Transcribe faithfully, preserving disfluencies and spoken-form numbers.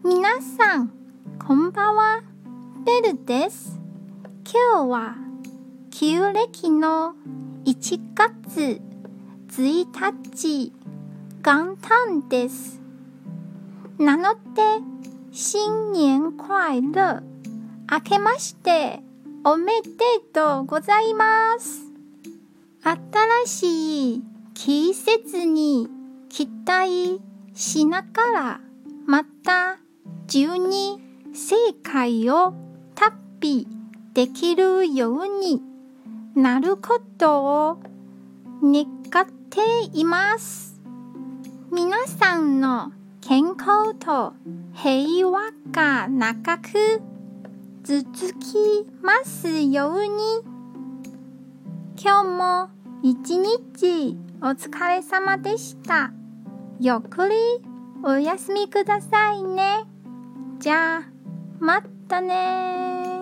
みなさん、こんばんは。ベルです。今日は旧暦のいちがつついたち、元旦です。なので、新年快乐。明けましておめでとうございます。新しい季節に期待しながら、また十二世界を旅できるようになることを願っています。皆さんの健康と平和が長く続きますように。今日も一日お疲れ様でした。ゆっくりお休みくださいね。じゃあ、またね。